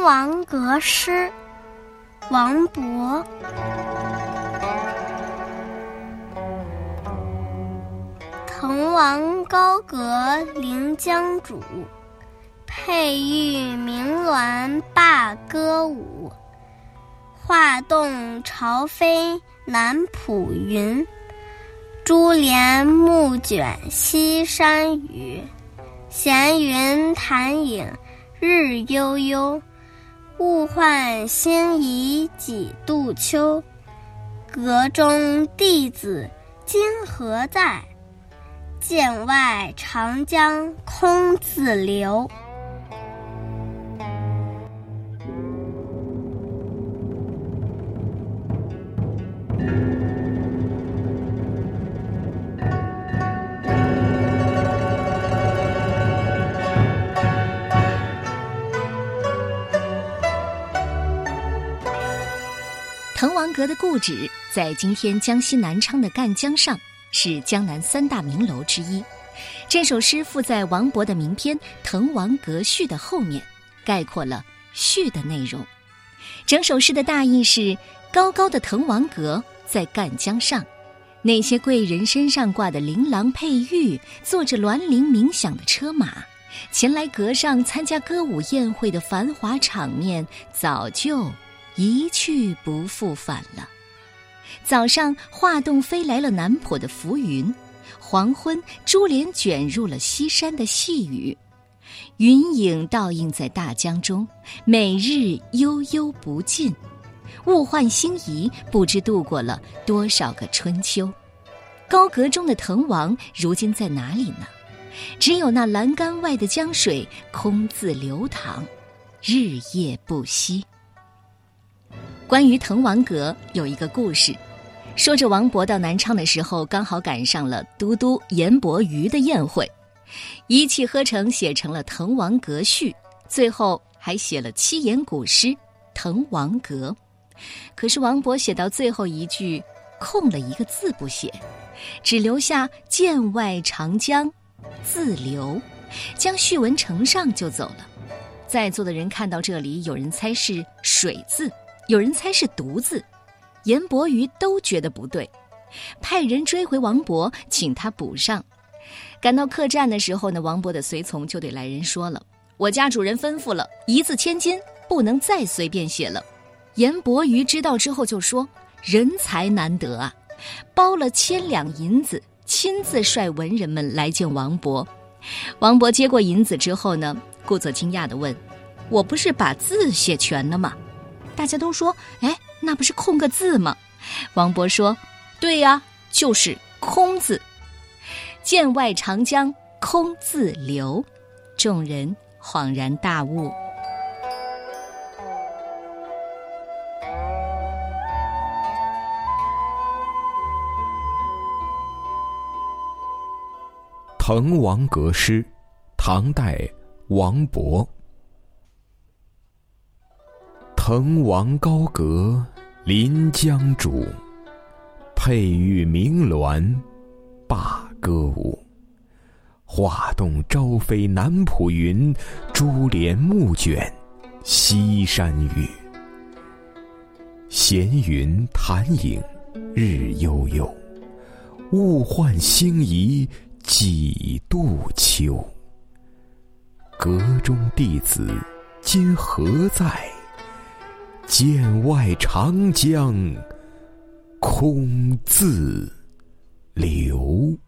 王阁诗，王勃。滕王高阁临江渚，佩玉鸣鸾罢歌舞。画栋朝飞南浦云，珠帘暮卷西山雨。闲云潭影日悠悠，物换星移几度秋。阁中弟子今何在？剑外长江空自流。 滕王阁的故址在今天江西南昌的赣江上，是江南3大名楼之一。这首诗附在王勃的名篇《滕王阁序》的后面，概括了序的内容。整首诗的大意是：高高的滕王阁在赣江上，那些贵人身上挂的琳琅佩玉，坐着銮铃鸣响的车马，前来阁上参加歌舞宴会的繁华场面，早就一去不复返了。早上画栋飞来了南浦的浮云，黄昏珠帘卷入了西山的细雨，云影倒映在大江中，每日悠悠不尽。物换星移，不知度过了多少个春秋。高阁中的滕王如今在哪里呢？只有那栏杆外的江水空自流淌，日夜不息。关于滕王阁有一个故事，说着王勃到南昌的时候，刚好赶上了都督严伯瑜的宴会，一气呵成写成了《滕王阁序》，最后还写了7言古诗《滕王阁》。可是王勃写到最后一句空了一个字不写，只留下剑外长江自流，将序文呈上就走了。在座的人看到这里，有人猜是水字，有人猜是独字，严伯瑜都觉得不对，派人追回王勃，请他补上。赶到客栈的时候呢，王勃的随从就对来人说了：我家主人吩咐了，一字千金，不能再随便写了。严伯瑜知道之后就说：人才难得啊，包了1000两银子，亲自率文人们来见王勃。王勃接过银子之后呢，故作惊讶地问：我不是把字写全了吗？大家都说：哎，那不是空个字吗？王勃说：对呀，就是空字。剑外长江空自流。众人恍然大悟。 滕王阁诗，唐代王勃。滕王高阁临江渚，佩玉鸣鸾罢歌舞。画栋朝飞南浦云，珠帘暮卷西山雨。闲云潭影日悠悠，物换星移几度秋。阁中弟子今何在？剑外长江空自流。